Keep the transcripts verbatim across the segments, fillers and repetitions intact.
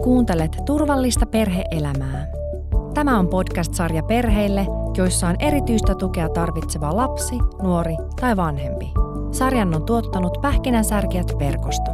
Kuuntelet Turvallista perhe-elämää. Tämä on podcast-sarja perheille, joissa on erityistä tukea tarvitseva lapsi, nuori tai vanhempi. Sarjan on tuottanut Pähkinänsärkijät-verkosto.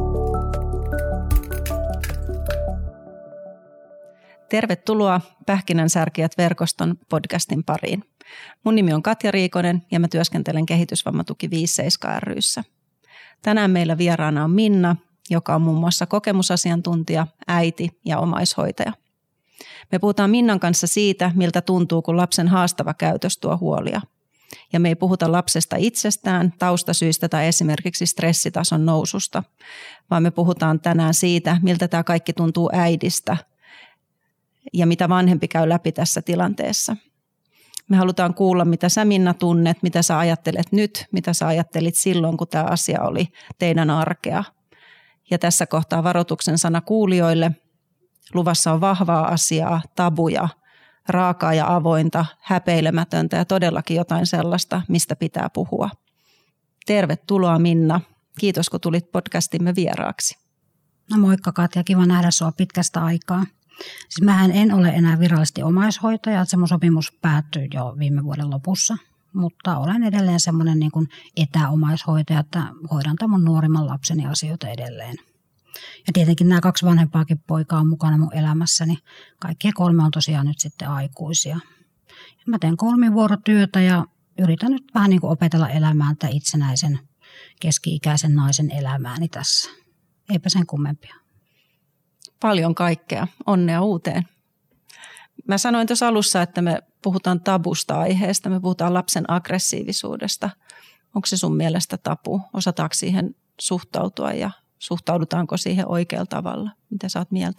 Tervetuloa Pähkinänsärkijät-verkoston podcastin pariin. Mun nimi on Katja Riikonen ja mä työskentelen Kehitysvammatuki viisikymmentäseitsemän ry:ssä. Tänään meillä vieraana on Minna, joka on muun muassa kokemusasiantuntija, äiti ja omaishoitaja. Me puhutaan Minnan kanssa siitä, miltä tuntuu, kun lapsen haastava käytös tuo huolia. Ja me ei puhuta lapsesta itsestään, taustasyistä tai esimerkiksi stressitason noususta, vaan me puhutaan tänään siitä, miltä tämä kaikki tuntuu äidistä ja mitä vanhempi käy läpi tässä tilanteessa. Me halutaan kuulla, mitä sä Minna tunnet, mitä sä ajattelet nyt, mitä sä ajattelit silloin, kun tämä asia oli teidän arkea. Ja tässä kohtaa varoituksen sana kuulijoille. Luvassa on vahvaa asiaa, tabuja, raakaa ja avointa, häpeilemätöntä ja todellakin jotain sellaista, mistä pitää puhua. Tervetuloa Minna. Kiitos, kun tulit podcastimme vieraaksi. No moikka Katja, kiva nähdä sinua pitkästä aikaa. Siis mähän en ole enää virallisesti omaishoitaja, että se mun sopimus päättyi jo viime vuoden lopussa. Mutta olen edelleen semmoinen niin kuin etäomaishoitaja, että hoidan tämän mun nuorimman lapseni asioita edelleen. Ja tietenkin nämä kaksi vanhempaakin poikaa on mukana mun elämässäni. Kaikki kolme on tosiaan nyt sitten aikuisia. Ja mä teen kolmivuorotyötä ja yritän nyt vähän niin kuin opetella elämään tätä itsenäisen keski-ikäisen naisen elämääni tässä. Eipä sen kummempia. Paljon kaikkea. Onnea uuteen. Mä sanoin tuossa alussa, että me puhutaan tabusta aiheesta, me puhutaan lapsen aggressiivisuudesta. Onko se sun mielestä tabu? Osataanko siihen suhtautua ja suhtaudutaanko siihen oikealla tavalla? Mitä sä oot mieltä?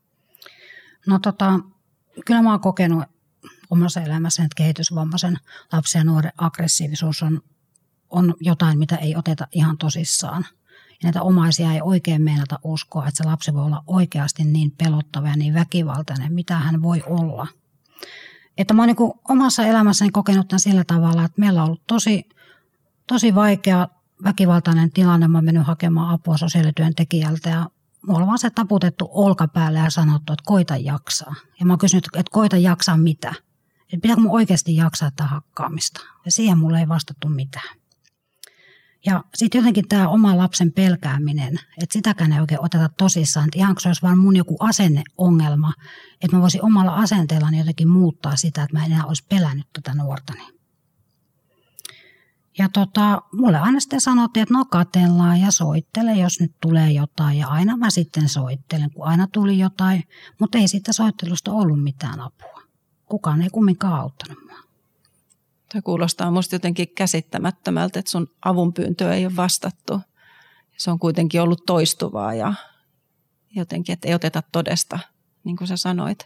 No tota, kyllä mä oon kokenut omassa elämässäni, että kehitysvammaisen lapsen ja nuoren aggressiivisuus on, on jotain, mitä ei oteta ihan tosissaan. Ja näitä omaisia ei oikein meinata uskoa, että se lapsi voi olla oikeasti niin pelottava ja niin väkivaltainen, mitä hän voi olla. Että mä oon niin kuin omassa elämässäni kokenut tämän sillä tavalla, että meillä on ollut tosi, tosi vaikea väkivaltainen tilanne. Mä oon mennyt hakemaan apua sosiaalityöntekijältä ja mulla on vaan se taputettu olkapäälle ja sanottu, että koita jaksaa. Ja mä oon kysynyt, että koita jaksaa mitä? Että pitääkö mun oikeasti jaksaa tätä hakkaamista? Ja siihen mulle ei vastattu mitään. Ja sitten jotenkin tämä oma lapsen pelkääminen, että sitäkään ei oikein oteta tosissaan. Että ihan kun se olisi vaan mun joku asenneongelma, että mä voisin omalla asenteellani jotenkin muuttaa sitä, että mä en enää olisi pelännyt tätä nuortani. Ja tota, mulle aina sitten sanottiin, että no katellaan ja soittele, jos nyt tulee jotain. Ja aina mä sitten soittelen, kun aina tuli jotain, mutta ei siitä soittelusta ollut mitään apua. Kukaan ei kumminkaan auttanut mua. Tämä kuulostaa musta jotenkin käsittämättömältä, että sun avunpyyntöä ei ole vastattu. Se on kuitenkin ollut toistuvaa ja jotenkin, että ei oteta todesta, niin kuin sä sanoit.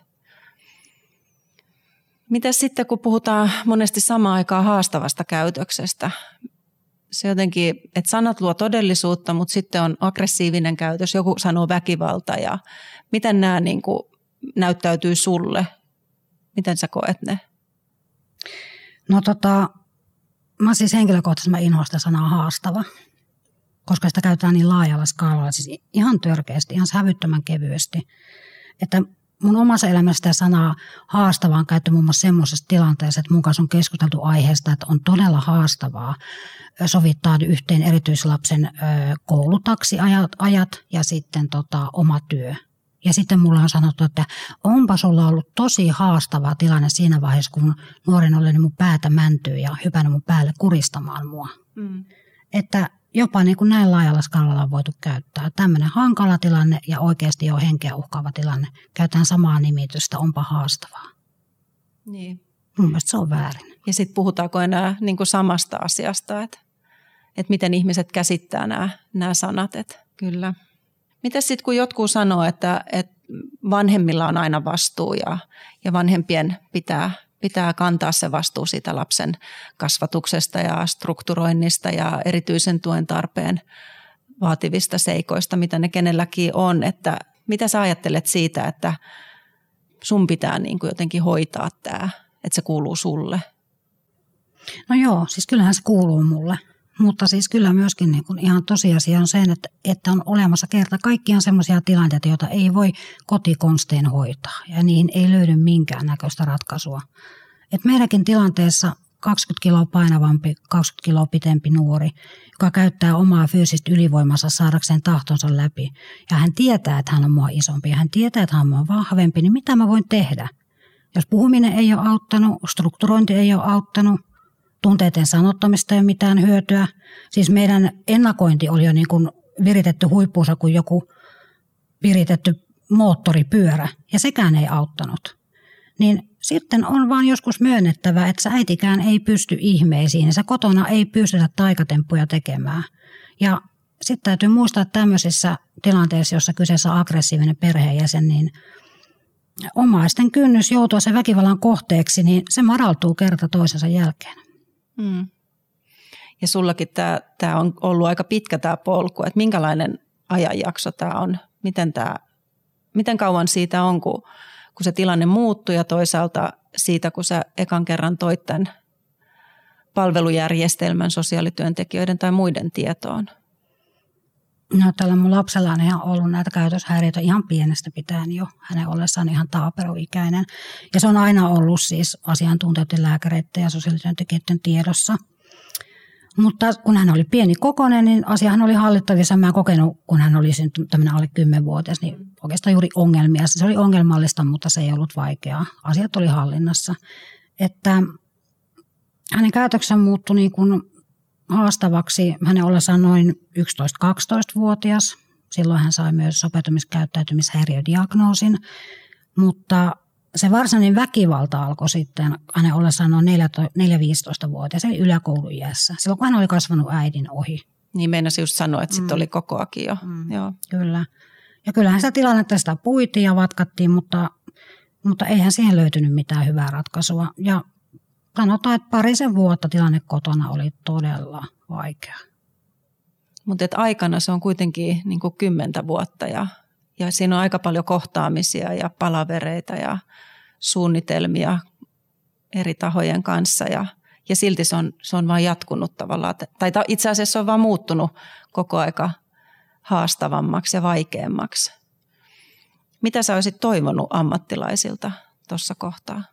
Mitäs sitten, kun puhutaan monesti samaan aikaan haastavasta käytöksestä? Se jotenkin, että sanat luo todellisuutta, mutta sitten on aggressiivinen käytös, joku sanoo väkivalta ja miten nämä niin kuin näyttäytyy sulle? Miten sä koet ne? No tota, mä siis henkilökohtaisesti mä inhoan sitä sanaa haastava, koska sitä käytetään niin laajalla skaalalla, siis ihan törkeästi, ihan hävyttömän kevyesti. Että mun omassa elämässä sitä sanaa haastava on käytetty muun muassa semmoisessa tilanteessa, että mun kanssa on keskusteltu aiheesta, että on todella haastavaa sovittaa yhteen erityislapsen koulutaksiajat ajat ja sitten tota, oma työ. Ja sitten mulla on sanottu, että onpa sulla ollut tosi haastava tilanne siinä vaiheessa, kun nuoren oli mun päätä mäntyy ja hypännyt mun päälle kuristamaan mua. Mm. Että jopa niin kuin näin laajalla skaalalla on voitu käyttää. Tämmöinen hankala tilanne ja oikeasti jo henkeä uhkaava tilanne. Käytetään samaa nimitystä, onpa haastavaa. Niin. Mun mielestä se on väärin. Ja sitten puhutaanko enää niin kuin samasta asiasta, että, että miten ihmiset käsittää nämä, nämä sanat, että kyllä. Mitäs sitten kun jotkut sanoo, että, että vanhemmilla on aina vastuu ja, ja vanhempien pitää, pitää kantaa se vastuu siitä lapsen kasvatuksesta ja strukturoinnista ja erityisen tuen tarpeen vaativista seikoista, mitä ne kenelläkin on. Että mitä sä ajattelet siitä, että sun pitää niin kuin jotenkin hoitaa tämä, että se kuuluu sulle? No joo, siis kyllähän se kuuluu mulle. Mutta siis kyllä myöskin niin kuin ihan tosiasia on sen, että, että on olemassa kerta kaikkiaan semmoisia tilanteita, joita ei voi kotikonstein hoitaa ja niihin ei löydy minkäännäköistä ratkaisua. Et meidänkin tilanteessa kaksikymmentä kiloa painavampi, kaksikymmentä kiloa pitempi nuori, joka käyttää omaa fyysistä ylivoimansa saadakseen tahtonsa läpi. Ja hän tietää, että hän on mua isompi ja hän tietää, että hän on mua vahvempi, niin mitä mä voin tehdä? Jos puhuminen ei ole auttanut, strukturointi ei ole auttanut, tunteiden sanottamista ei ole mitään hyötyä. Siis meidän ennakointi oli jo niin kuin viritetty huippuunsa kuin joku viritetty moottoripyörä ja sekään ei auttanut. Niin sitten on vaan joskus myönnettävä, että sä äitikään ei pysty ihmeisiin ja sä kotona ei pystytä taikatemppuja tekemään. Ja sitten täytyy muistaa, että tämmöisissä tilanteissa, jossa kyseessä on aggressiivinen perheenjäsen, niin omaisten kynnys joutua sen väkivallan kohteeksi, niin se madaltuu kerta toisensa jälkeen. Hmm. Ja sullakin tämä, tämä on ollut aika pitkä tämä polku, että minkälainen ajanjakso tämä on, miten, tämä, miten kauan siitä on, kun, kun se tilanne muuttui ja toisaalta siitä, kun sä ekan kerran toit tämän palvelujärjestelmän sosiaalityöntekijöiden tai muiden tietoon? No tällä mun lapsella on ihan ollut näitä käytöshäiriöitä ihan pienestä pitäen jo. Hänen ollessaan ihan taaperoikäinen. Ja se on aina ollut siis asiantuntijoiden, lääkäreiden ja sosiaalityöntekijöiden tiedossa. Mutta kun hän oli pieni kokoinen, niin asiahan oli hallittavissa. Mä en kokenut, kun hän oli tämmöinen alle kymmenvuotias, niin oikeastaan juuri ongelmia. Se oli ongelmallista, mutta se ei ollut vaikeaa. Asiat oli hallinnassa. Että hänen käytöksensä muuttui niin kuin haastavaksi hänen ollessaan noin yksitoista-kaksitoista-vuotias. Silloin hän sai myös sopeutumiskäyttäytymishäiriödiagnoosin, mutta se varsinainen väkivalta alkoi sitten hänen ollessaan noin neljä-viisitoista-vuotias, eli yläkouluiässä, silloin kun hän oli kasvanut äidin ohi. Niin meinasin just sanoa, että mm. sitten oli kokoakin jo. Mm. Joo. Kyllä. Ja kyllähän sitä tilannetta sitä puitiin ja vatkattiin, mutta, mutta eihän siihen löytynyt mitään hyvää ratkaisua. Ja sanotaan, että parisen vuotta tilanne kotona oli todella vaikea. Mutta aikana se on kuitenkin niin kuin kymmentä vuotta ja, ja siinä on aika paljon kohtaamisia ja palavereita ja suunnitelmia eri tahojen kanssa ja, ja silti se on, se on vaan jatkunut tavallaan. Tai itse asiassa se on vaan muuttunut koko aika haastavammaksi ja vaikeammaksi. Mitä sä olisit toivonut ammattilaisilta tuossa kohtaa?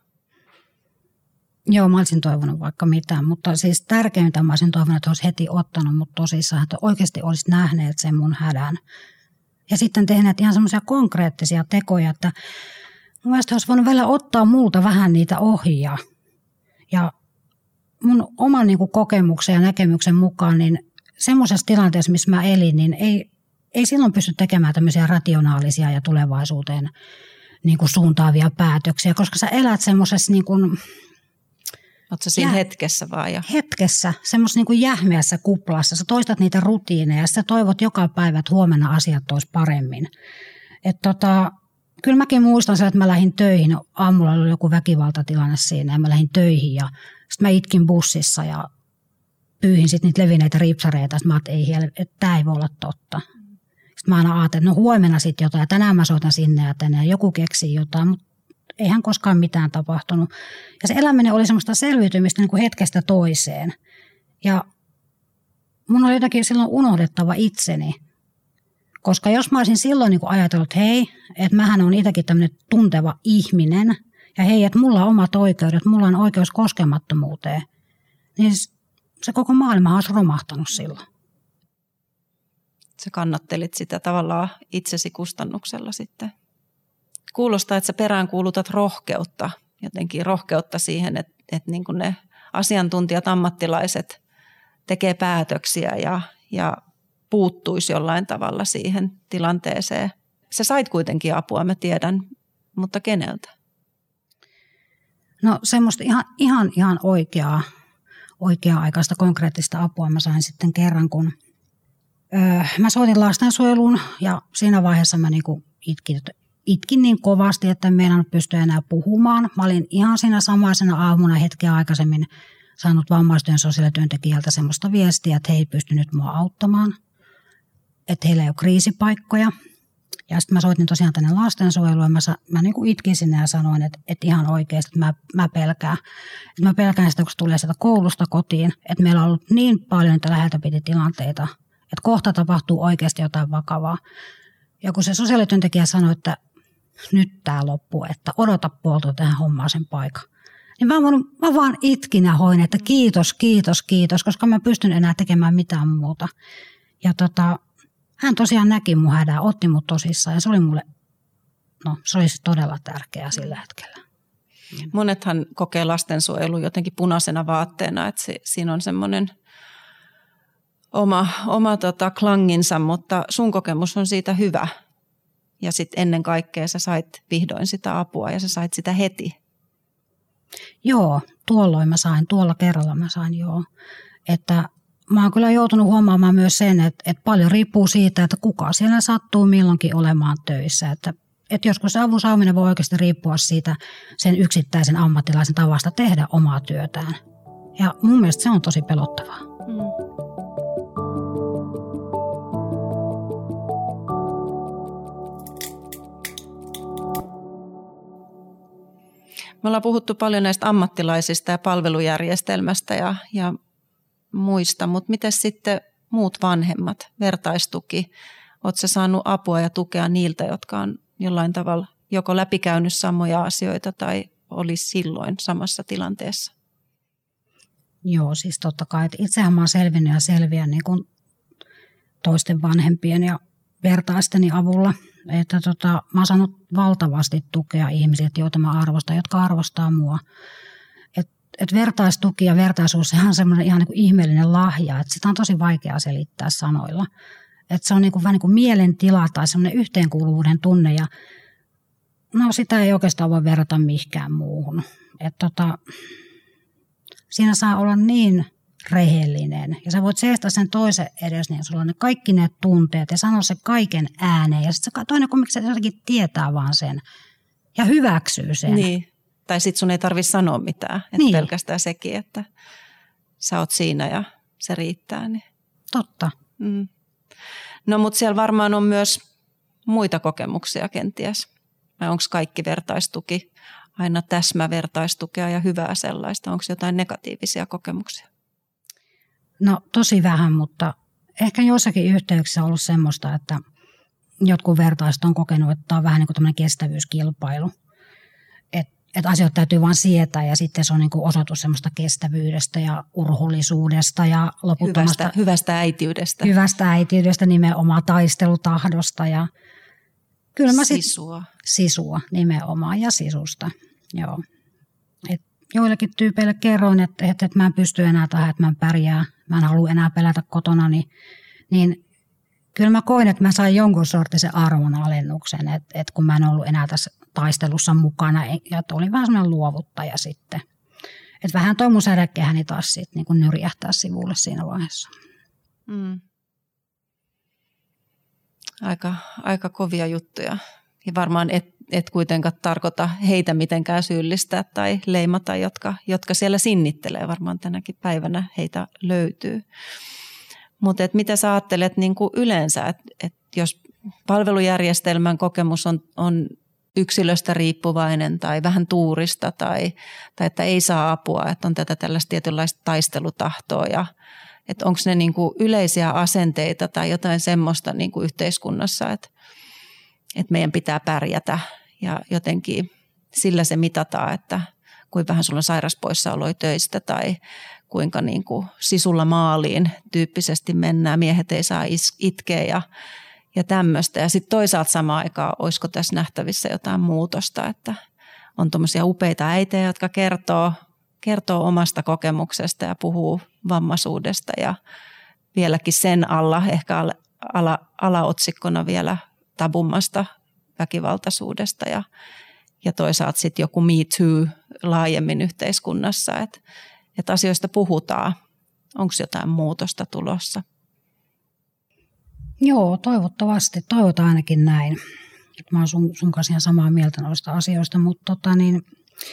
Joo, mä olisin toivonut vaikka mitään, mutta siis tärkeintä mä olisin toivonut, että olisi heti ottanut mut tosissaan, että oikeasti olisi nähneet sen mun hädän. Ja sitten tehneet ihan semmoisia konkreettisia tekoja, että mun mielestä olisi voinut vielä ottaa multa vähän niitä ohjia. Ja mun oman niin kuin kokemuksen ja näkemyksen mukaan, niin semmoisessa tilanteessa, missä mä elin, niin ei, ei silloin pysty tekemään tämmöisiä rationaalisia ja tulevaisuuteen niin kuin suuntaavia päätöksiä, koska sä elät semmoisessa niin kuin oletko sä siinä ja, hetkessä vaan? Ja? Hetkessä, semmoisessa niin kuin jähmeässä kuplassa. Sä toistat niitä rutiineja ja sä toivot joka päivä, että huomenna asiat olisi paremmin. Et tota, kyllä mäkin muistan sen, että mä lähdin töihin. Aamulla oli joku väkivaltatilanne siinä ja mä lähdin töihin ja sitten mä itkin bussissa ja pyyhin sitten niitä levinneitä ripsareita. Sitten mä ajattelin, että, että tämä ei voi olla totta. Sitten mä aina ajattelin, että no huomenna sitten jotain ja tänään mä soitan sinne ja tänne ja joku keksii jotain, mutta eihän koskaan mitään tapahtunut. Ja se eläminen oli semmoista selviytymistä niin kuin hetkestä toiseen. Ja mun oli jotakin silloin unohdettava itseni. Koska jos mä olisin silloin niin kuin ajatellut, että hei, että mähän on itsekin tämmöinen tunteva ihminen. Ja hei, että mulla on omat oikeudet, mulla on oikeus koskemattomuuteen. Niin se koko maailma olisi romahtanut silloin. Sä kannattelit sitä tavallaan itsesi kustannuksella sitten. Kuulostaa, että sä peräänkuulutat rohkeutta, jotenkin rohkeutta siihen, että, että niin kuin ne asiantuntijat, ammattilaiset tekee päätöksiä ja, ja puuttuisi jollain tavalla siihen tilanteeseen. Sä sait kuitenkin apua, mä tiedän, mutta keneltä? No semmoista ihan, ihan, ihan oikeaa, oikea-aikaista konkreettista apua mä sain sitten kerran, kun öö, mä soitin lastensuojeluun ja siinä vaiheessa mä niinku itkin, Itkin niin kovasti, että en meinannut pystyä enää puhumaan. Mä olin ihan siinä samaisena aamuna hetkeä aikaisemmin saanut vammaistyön sosiaalityöntekijältä semmoista viestiä, että he ei pystynyt mua auttamaan. Että heillä ei ole kriisipaikkoja. Ja sitten mä soitin tosiaan tänne lastensuojeluun ja mä, mä niin kuin itkin sinne ja sanoin, että, että ihan oikeasti että mä, mä pelkään. Että mä pelkään sitä, kun se tulee sieltä koulusta kotiin, että meillä on ollut niin paljon niitä läheltä piti tilanteita, että kohta tapahtuu oikeasti jotain vakavaa. Ja kun se sosiaalityöntekijä sanoi, että nyt tämä loppuu, että odota puolta tähän hommaan sen paikan. Niin mä, voin, mä vaan itkin ja hoin, että kiitos, kiitos, kiitos, koska mä pystyn enää tekemään mitään muuta. Ja tota, hän tosiaan näki mun hädää, otti mut tosissaan ja se oli mulle, no se oli todella tärkeää sillä hetkellä. Monethan kokee lastensuojelun jotenkin punaisena vaatteena, että se, siinä on semmoinen oma, oma tota, klanginsa, mutta sun kokemus on siitä hyvä. Ja sitten ennen kaikkea sä sait vihdoin sitä apua ja sä sait sitä heti. Joo, tuolloin mä sain, tuolla kerralla mä sain joo. Että mä oon kyllä joutunut huomaamaan myös sen, että, että paljon riippuu siitä, että kuka siellä sattuu milloinkin olemaan töissä. Että, että joskus se avun saaminen voi oikeasti riippua siitä sen yksittäisen ammattilaisen tavasta tehdä omaa työtään. Ja mun mielestä se on tosi pelottavaa. Mm. Me ollaan puhuttu paljon näistä ammattilaisista ja palvelujärjestelmästä ja, ja muista, mutta miten sitten muut vanhemmat, vertaistuki? Oletko saanut apua ja tukea niiltä, jotka on jollain tavalla joko läpikäynyt samoja asioita tai olisi silloin samassa tilanteessa? Joo, siis totta kai. Että itsehän mä oon selvinnyt ja selviän niin kuin toisten vanhempien ja vertaisteni avulla. Että tota, mä oon saanut valtavasti tukea ihmisiltä, joita mä arvostan, jotka arvostaa mua. Et, et vertaistuki ja vertaisuus, se on semmoinen ihan niin kuin ihmeellinen lahja, että sitä on tosi vaikea selittää sanoilla. Että se on niin kuin, vähän niin kuin mielentila tai semmoinen yhteenkuuluvuuden tunne ja no sitä ei oikeastaan voi verrata mihinkään muuhun. Että tota, siinä saa olla niin rehellinen. Ja sä voit seistä sen toisen edes, niin sulla on ne kaikki ne tunteet ja sanoa se kaiken ääneen. Ja sitten se toinen kumminkin se jotenkin tietää vaan sen ja hyväksyy sen. Niin. Tai sitten sun ei tarvitse sanoa mitään. Että niin. Pelkästään sekin, että sä oot siinä ja se riittää. Niin. Totta. Mm. No mutta siellä varmaan on myös muita kokemuksia kenties. Vai onko kaikki vertaistuki aina täsmävertaistukea ja hyvää sellaista? Onko jotain negatiivisia kokemuksia? No tosi vähän, mutta ehkä joissakin yhteyksissä on ollut semmoista, että jotkut vertaiset on kokenut, että tämä on vähän niin kuin tämmöinen kestävyyskilpailu. Että et asioita täytyy vaan sietää ja sitten se on niin kuin osoitus semmoista kestävyydestä ja urhollisuudesta ja loputtomasta. Hyvästä, hyvästä äitiydestä. Hyvästä äitiydestä, nimenomaan taistelutahdosta ja kyllä mä sit, sisua. Sisua nimenomaan ja sisusta, joo. Et joillekin tyypeille kerroin, että, että, että mä en pysty enää tähän, että mä en pärjää, mä en halua enää pelätä kotona, niin, niin kyllä mä koin, että mä sain jonkun sortisen arvonalennuksen, että, että kun mä en ollut enää tässä taistelussa mukana ja että olin vähän semmoinen luovuttaja sitten. Että vähän toi mun sädekehäni taas sitten niin kuin nyrjähtää sivulle siinä vaiheessa. Mm. Aika, aika kovia juttuja. Ja varmaan et, et kuitenkaan tarkoita heitä mitenkään syyllistää tai leimata, jotka, jotka siellä sinnittelee. Varmaan tänäkin päivänä heitä löytyy. Mutta mitä sä ajattelet niin kuin yleensä, että et jos palvelujärjestelmän kokemus on, on yksilöstä riippuvainen tai vähän tuurista tai, tai että ei saa apua, että on tätä tällaista tietynlaista taistelutahtoa ja että onko ne niin kuin yleisiä asenteita tai jotain semmoista niin kuin yhteiskunnassa, että, että meidän pitää pärjätä ja jotenkin sillä se mitataan, että kuinka vähän sulla on sairaspoissaoloja töistä tai kuinka niin kuin sisulla maaliin tyyppisesti mennään, miehet ei saa itkeä ja, ja tämmöistä. Ja sitten toisaalta samaan aikaan, olisiko tässä nähtävissä jotain muutosta, että on tuommoisia upeita äitejä, jotka kertoo, kertoo omasta kokemuksesta ja puhuu vammaisuudesta ja vieläkin sen alla, ehkä ala, ala, alaotsikkona vielä tabummasta väkivaltaisuudesta ja, ja toisaalta sitten joku Me Too laajemmin yhteiskunnassa, että että asioista puhutaan. Onko jotain muutosta tulossa? Joo, toivottavasti. Toivotaan ainakin näin. Mä oon sun, sun kanssa ihan samaa mieltä noista asioista, mutta tota niin,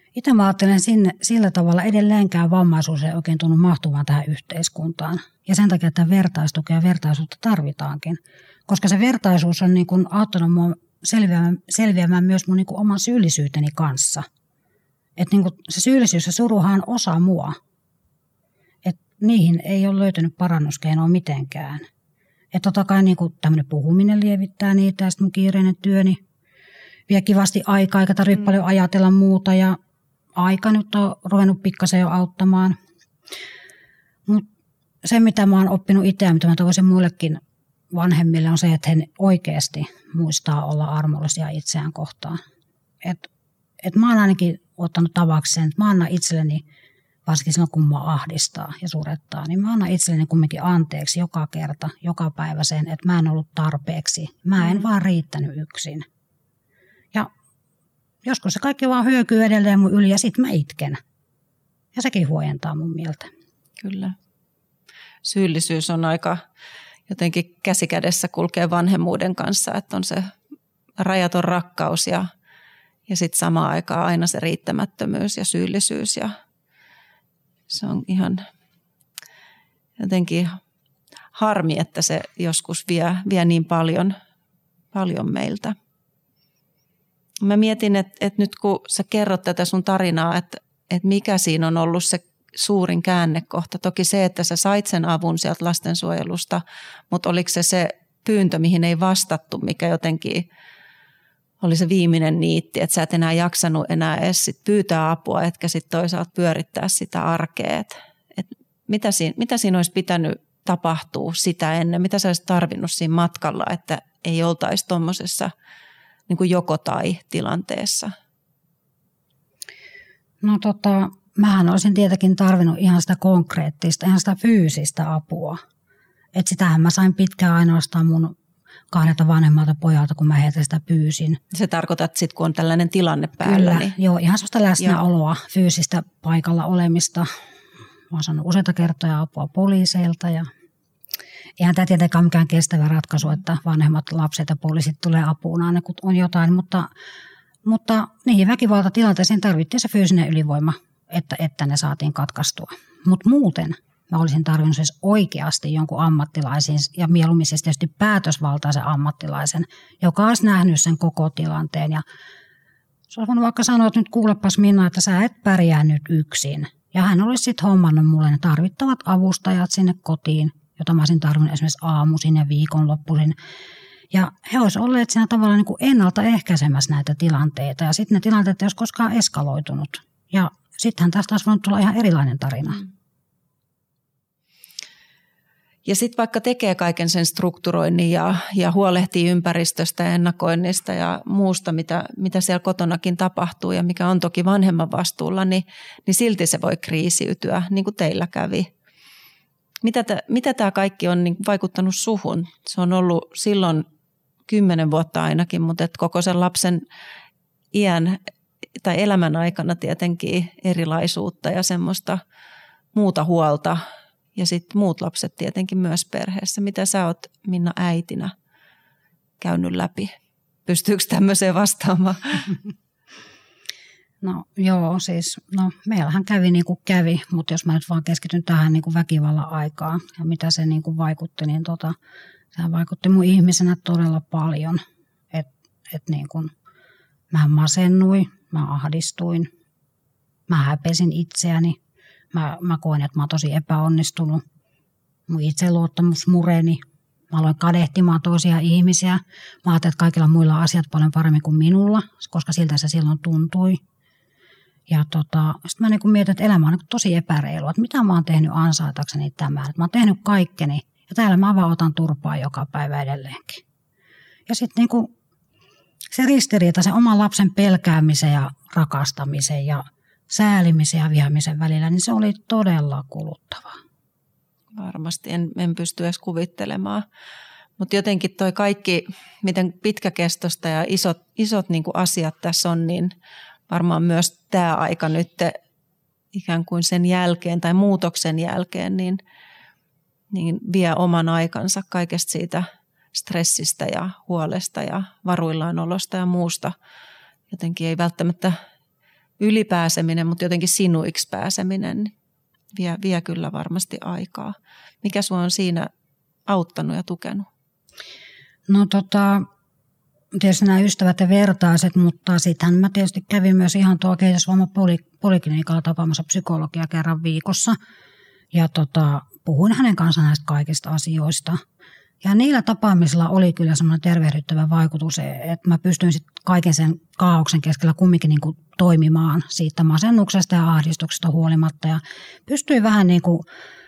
Itse mä ajattelen sinne, sillä tavalla edelleenkään vammaisuus ei oikein tunnu mahtuvan tähän yhteiskuntaan. Ja sen takia että vertaistukea ja vertaisuutta tarvitaankin. Koska se vertaisuus on niin kuin auttanut mua selviämään, selviämään myös mun niin kuin oman syyllisyyteni kanssa. Että niin kuin se syyllisyys ja suruhan on osa mua. Että niihin ei ole löytynyt parannuskeinoa mitenkään. Että totta kai niin kuin tämmöinen puhuminen lievittää niitä ja sitten mun kiireinen työni vie kivasti aikaa, eikä tarvitse mm. paljon ajatella muuta ja aika nyt on ruvennut pikkasen jo auttamaan. Mutta se, mitä mä oon oppinut itse ja mitä mä toivoisin muillekin vanhemmille, on se, että he oikeasti muistaa olla armollisia itseään kohtaan. Et, et mä oon ainakin ottanut tavaksi sen, että mä annan itselleni, varsinkin silloin kun mä ahdistaa ja surettaa, niin mä annan itselleni kumminkin anteeksi joka kerta, joka päivä sen, että mä en ollut tarpeeksi. Mä en mm. vaan riittänyt yksin. Ja joskus se kaikki vaan hyökyy edelleen mun yli ja sit mä itken. Ja sekin huojentaa mun mieltä. Kyllä. Syyllisyys on aika jotenkin käsikädessä kulkee vanhemmuuden kanssa, että on se rajaton rakkaus ja, ja sitten samaan aikaan aina se riittämättömyys ja syyllisyys. Ja se on ihan jotenkin harmi, että se joskus vie, vie niin paljon, paljon meiltä. Mä mietin, että, että nyt kun sä kerrot tätä sun tarinaa, että, että mikä siinä on ollut se suurin käännekohta. Toki se, että sä sait sen avun sieltä lastensuojelusta, mutta oliko se se pyyntö, mihin ei vastattu, mikä jotenkin oli se viimeinen niitti, että sä et enää jaksanut enää edes sit pyytää apua, etkä sitten toisaalta pyörittää sitä arkea. Et, et mitä, siinä, mitä siinä olisi pitänyt tapahtua sitä ennen? Mitä sä olisit tarvinnut siinä matkalla, että ei oltaisi tuommoisessa niin kuin joko tai tilanteessa? No tota, mähän olisin tietenkin tarvinnut ihan sitä konkreettista, ihan sitä fyysistä apua. Että sitähän mä sain pitkään ainoastaan mun kahdelta vanhemmalta pojalta, kun mä heiltä sitä pyysin. Se tarkoitat sitten, kun on tällainen tilanne päällä. Kyllä, niin... joo, ihan sellaista läsnäoloa, joo. Fyysistä paikalla olemista. Mä oon saanut useita kertoja apua poliiseilta ja eihän tämä tietenkään mikään kestävä ratkaisu, että vanhemmat lapset ja poliisit tulee apuun aina, kun on jotain, mutta, mutta niihin väkivaltatilanteisiin tarvittiin se fyysinen ylivoima, että, että ne saatiin katkaistua. Mutta muuten mä olisin tarvinnut siis oikeasti jonkun ammattilaisen ja mieluummin siis tietysti päätösvaltaisen ammattilaisen, joka olisi nähnyt sen koko tilanteen. Ja se olisi voinut vaikka sanoa, että nyt kuulepas Minna, että sä et pärjää nyt yksin. Ja hän olisi sitten hommannut mulle ne tarvittavat avustajat sinne kotiin, jota mä olisin tarvinnut esimerkiksi aamuisin ja viikonloppuisin. Ja he olisivat olleet siinä tavalla niin kuin ennaltaehkäisemässä näitä tilanteita. Ja sitten ne tilanteet ei olisi koskaan eskaloitunut. Ja sittenhän tästä olisi voinut tulla ihan erilainen tarina. Ja sitten vaikka tekee kaiken sen strukturoinnin ja, ja huolehtii ympäristöstä ja ennakoinnista ja muusta, mitä, mitä siellä kotonakin tapahtuu ja mikä on toki vanhemman vastuulla, niin, niin silti se voi kriisiytyä, niin kuin teillä kävi. Mitä, t- mitä tämä kaikki on niin vaikuttanut suhun? Se on ollut silloin kymmenen vuotta ainakin, mutta et koko sen lapsen iän tai elämän aikana tietenkin erilaisuutta ja semmoista muuta huolta. Ja sitten muut lapset tietenkin myös perheessä. Mitä sä oot, Minna, äitinä käynyt läpi? Pystyykö tämmöiseen vastaamaan? No joo, siis no, meillähän kävi niin kuin kävi, mutta jos mä nyt vaan keskityn tähän niin kuin väkivallan aikaan ja mitä se niin kuin vaikutti, niin tota, sehän vaikutti mun ihmisenä todella paljon. Että et niin kuin, mä masennuin, mä ahdistuin, mä häpesin itseäni. Mä, mä koin, että mä oon tosi epäonnistunut. Mun itseluottamus mureni. Mä aloin kadehtimaan toisia ihmisiä. Mä ajattelin, että kaikilla muilla asiat paljon paremmin kuin minulla, koska siltä se silloin tuntui. Ja tota, sitten mä niin kuin mietin, että elämä on niin tosi epäreilua. Että mitä mä oon tehnyt ansaitakseni tämän. Että mä oon tehnyt kaikkeni. Ja täällä mä vaan otan turpaa joka päivä edelleenkin. Ja sitten niin kuin se ristiriita, se oman lapsen pelkäämisen ja rakastamisen ja säälimisen ja vihamisen välillä, niin se oli todella kuluttavaa. Varmasti en, en pysty edes kuvittelemaan. Mutta jotenkin toi kaikki, miten pitkäkestoista ja isot, isot niin kuin asiat tässä on, niin varmaan myös tämä aika nyt ikään kuin sen jälkeen tai muutoksen jälkeen, niin, niin vie oman aikansa kaikesta siitä stressistä ja huolesta ja varuillanolosta ja muusta. Jotenkin ei välttämättä ylipääseminen, mutta jotenkin sinuiksi pääseminen vie, vie kyllä varmasti aikaa. Mikä sinua on siinä auttanut ja tukenut? No tota, tietysti nämä ystävät ja vertaiset, mutta sittenhän mä tietysti kävin myös ihan tuolla kehitysvammapoliklinikalla tapaamassa psykologia kerran viikossa. Ja tota, puhuin hänen kanssaan näistä kaikista asioista. Ja niillä tapaamisilla oli kyllä semmoinen tervehdyttävä vaikutus, että mä pystyin sitten kaiken sen kaaoksen keskellä kumminkin niin kuin toimimaan siitä masennuksesta ja ahdistuksesta huolimatta. Ja pystyin vähän niin kuin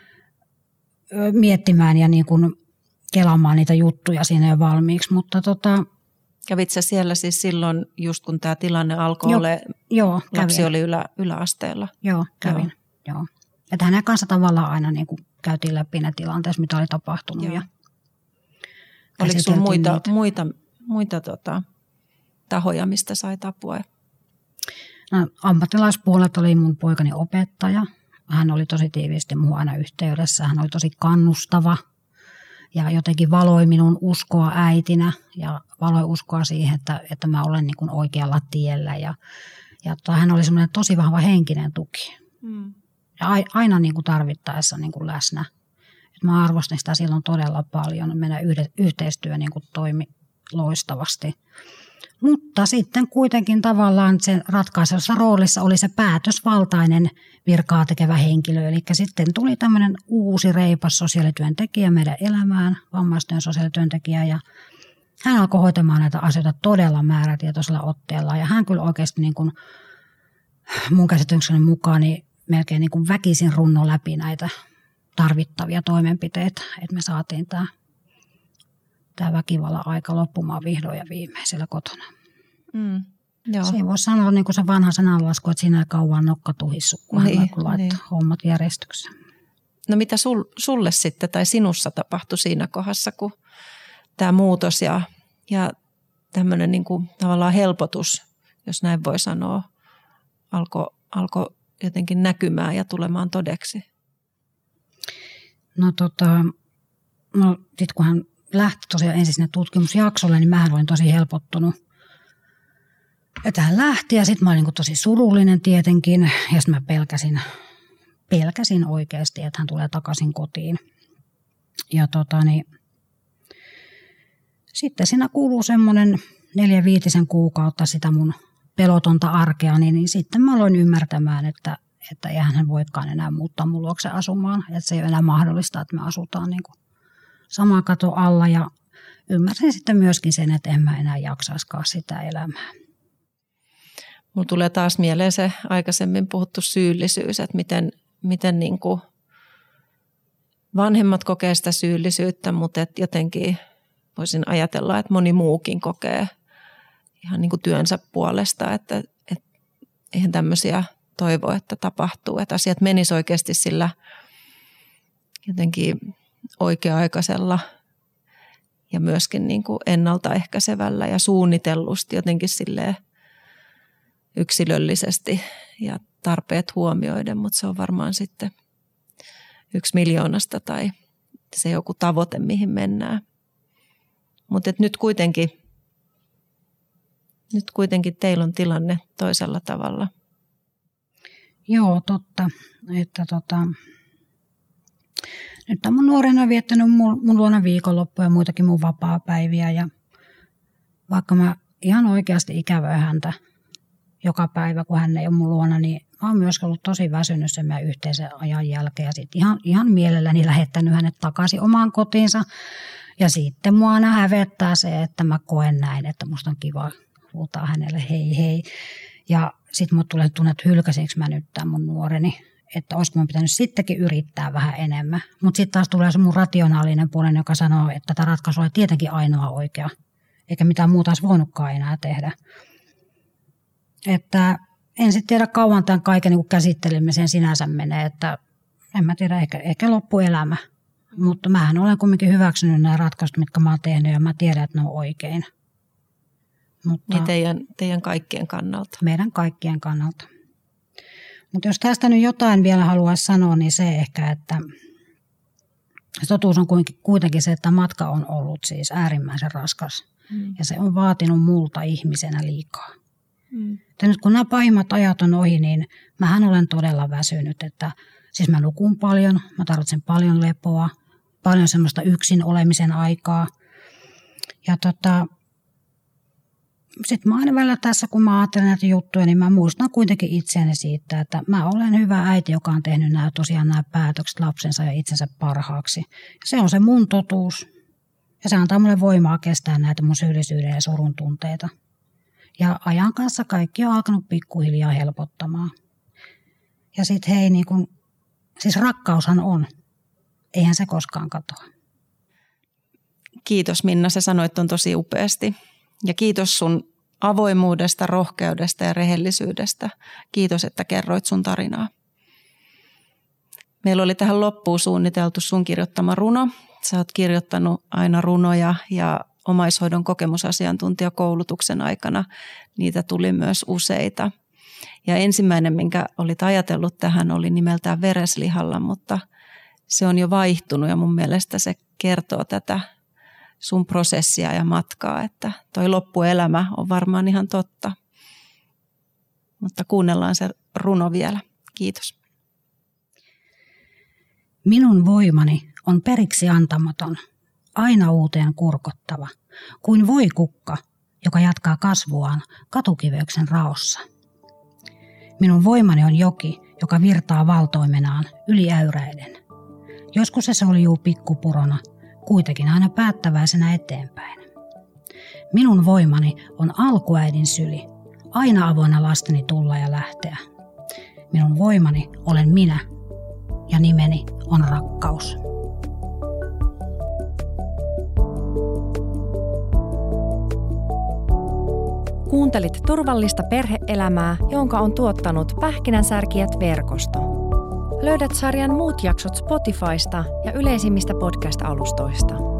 miettimään ja niin kuin kelaamaan niitä juttuja siinä jo valmiiksi. Mutta tota, kävit sä siellä siis silloin, just kun tämä tilanne alkoi olla, joo, lapsi kävin. oli ylä, yläasteella? Joo, kävin. Joo. Joo. Että hänen kanssa tavallaan aina niin kuin käytiin läpi ne tilanteet, mitä oli tapahtunut. Joo. Ja oliko sinulla muita, muita, muita tota, tahoja, mistä sait apua? No, ammattilaispuolelta oli mun poikani opettaja. Hän oli tosi tiiviisti minun aina yhteydessä. Hän oli tosi kannustava ja jotenkin valoi minun uskoa äitinä ja valoi uskoa siihen, että, että mä olen niin kuin oikealla tiellä. Ja, ja hän oli semmoinen tosi vahva henkinen tuki. Mm. Ja aina niin kuin tarvittaessa niin kuin läsnä. Et mä arvostin sitä silloin todella paljon. Meidän yhteistyö niin kuin toimi loistavasti. Mutta sitten kuitenkin tavallaan sen ratkaisevassa roolissa oli se päätösvaltainen virkaa tekevä henkilö. Eli sitten tuli tämmöinen uusi reipas sosiaalityöntekijä meidän elämään, vammaistyön sosiaalityöntekijä. Ja hän alkoi hoitamaan näitä asioita todella määrätietoisella otteella. Ja hän kyllä oikeasti niin kuin mun käsitykseni mukaan niin melkein niin kuin väkisin runno läpi näitä tarvittavia toimenpiteitä, että me saatiin tämä, tämä väkivallan aika loppumaan vihdoin ja viimein siellä kotona. Mm, joo. Siinä voisi sanoa niin kuin se vanha sananlasku, että siinä ei kauan nokka tuhissu, kun niin, hän laittoi niin. hommat järjestykseen. No mitä sul, sulle sitten tai sinussa tapahtui siinä kohdassa, kun tämä muutos ja, ja tämmöinen niin kuin tavallaan helpotus, jos näin voi sanoa, alkoi alko jotenkin näkymään ja tulemaan todeksi? No tota, no sitten kun hän lähti tosiaan ensin sinne tutkimusjaksolle, niin mähän olin tosi helpottunut. Että hän lähti ja sitten mä olin niin tosi surullinen tietenkin ja sitten mä pelkäsin, pelkäsin oikeasti, että hän tulee takaisin kotiin. Ja tota niin, sitten siinä kuuluu semmoinen neljä viitisen kuukautta sitä mun pelotonta arkea, niin, niin sitten mä aloin ymmärtämään, että, että eihän hän voikaan enää muuttaa mun luokse asumaan. Että se ei ole enää mahdollista, että me asutaan niin kuin sama kato alla ja ymmärsin sitten myöskin sen, että en mä enää jaksaiskaan sitä elämää. Mulla tulee taas mieleen se aikaisemmin puhuttu syyllisyys, että miten, miten niin kuin vanhemmat kokee sitä syyllisyyttä, mutta et jotenkin voisin ajatella, että moni muukin kokee ihan niin kuin työnsä puolesta, että, että eihän tämmöisiä toivo, että tapahtuu, että asiat menis oikeasti sillä jotenkin oikea-aikaisella ja myöskin niin kuin ennaltaehkäisevällä ja suunnitellusti jotenkin silleen yksilöllisesti ja tarpeet huomioiden, mutta se on varmaan sitten yksi miljoonasta tai se joku tavoite, mihin mennään. Mutta nyt kuitenkin, nyt kuitenkin teillä on tilanne toisella tavalla. Joo, totta. Että tota, nyt on mun nuorena viettänyt mun, mun luona viikonloppuja ja muitakin mun vapaapäiviä. Ja vaikka mä ihan oikeasti ikävöin häntä joka päivä, kun hän ei ole mun luona, niin mä oon myös ollut tosi väsynyt sen meidän yhteisen ajan jälkeen. Ja sitten ihan, ihan mielelläni lähettänyt hänet takaisin omaan kotiinsa. Ja sitten mua aina hävettää se, että mä koen näin, että musta on kiva huutaa hänelle hei hei. Ja sitten mut tulee tunne, että hylkäsinkö mä nyt tämän mun nuoreni, että olisiko mun pitänyt sittenkin yrittää vähän enemmän. Mutta sitten taas tulee se mun rationaalinen puolen, joka sanoo, että tämä ratkaisu on tietenkin ainoa oikea, eikä mitään muuta olisi voinutkaan enää tehdä. Että en sitten tiedä kauan tämän kaiken niin käsittelemisen sinänsä menee, että en mä tiedä, ehkä, ehkä loppuelämä. Mutta mähän olen kuitenkin hyväksynyt nämä ratkaisut, mitkä mä oon tehnyt ja mä tiedän, että ne on oikein. Mutta niin teidän, teidän kaikkien kannalta. Meidän kaikkien kannalta. Mutta jos tästä nyt jotain vielä haluaisi sanoa, niin se ehkä, että totuus on kuitenkin se, että matka on ollut siis äärimmäisen raskas. Mm. Ja se on vaatinut multa ihmisenä liikaa. Mm. Nyt kun nämä pahimmat ajat on ohi, niin mähän olen todella väsynyt. Että, siis mä nukun paljon, mä tarvitsen paljon lepoa, paljon semmoista yksin olemisen aikaa. Ja tota, sitten mä aina välillä tässä, kun mä ajattelen näitä juttuja, niin mä muistan kuitenkin itseäni siitä, että mä olen hyvä äiti, joka on tehnyt nämä, tosiaan nämä päätökset lapsensa ja itsensä parhaaksi. Ja se on se mun totuus. Ja se antaa mulle voimaa kestää näitä mun syyllisyyden ja surun tunteita. Ja ajan kanssa kaikki on alkanut pikkuhiljaa helpottamaan. Ja sitten hei, niin kun, siis rakkaushan on. Eihän se koskaan katoa. Kiitos Minna, sä sanoit ton tosi upeasti. Ja kiitos sun avoimuudesta, rohkeudesta ja rehellisyydestä. Kiitos, että kerroit sun tarinaa. Meillä oli tähän loppuun suunniteltu sun kirjoittama runo. Sä oot kirjoittanut aina runoja ja omaishoidon kokemusasiantuntijakoulutuksen aikana niitä tuli myös useita. Ja ensimmäinen, minkä olit ajatellut tähän, oli nimeltään Vereslihalla, mutta se on jo vaihtunut ja mun mielestä se kertoo tätä sun prosessia ja matkaa, että toi loppuelämä on varmaan ihan totta. Mutta kuunnellaan se runo vielä. Kiitos. Minun voimani on periksi antamaton, aina uuteen kurkottava, kuin voikukka, joka jatkaa kasvuaan katukiveyksen raossa. Minun voimani on joki, joka virtaa valtoimenaan yli äyräiden. Joskus se soljuu pikkupurona, kuitenkin aina päättäväisenä eteenpäin. Minun voimani on alkuäidin syli, aina avoinna lasteni tulla ja lähteä. Minun voimani olen minä, ja nimeni on rakkaus. Kuuntelit Turvallista perhe-elämää, jonka on tuottanut Pähkinänsärkijät-verkosto. Löydät sarjan muut jaksot Spotifysta ja yleisimmistä podcast-alustoista.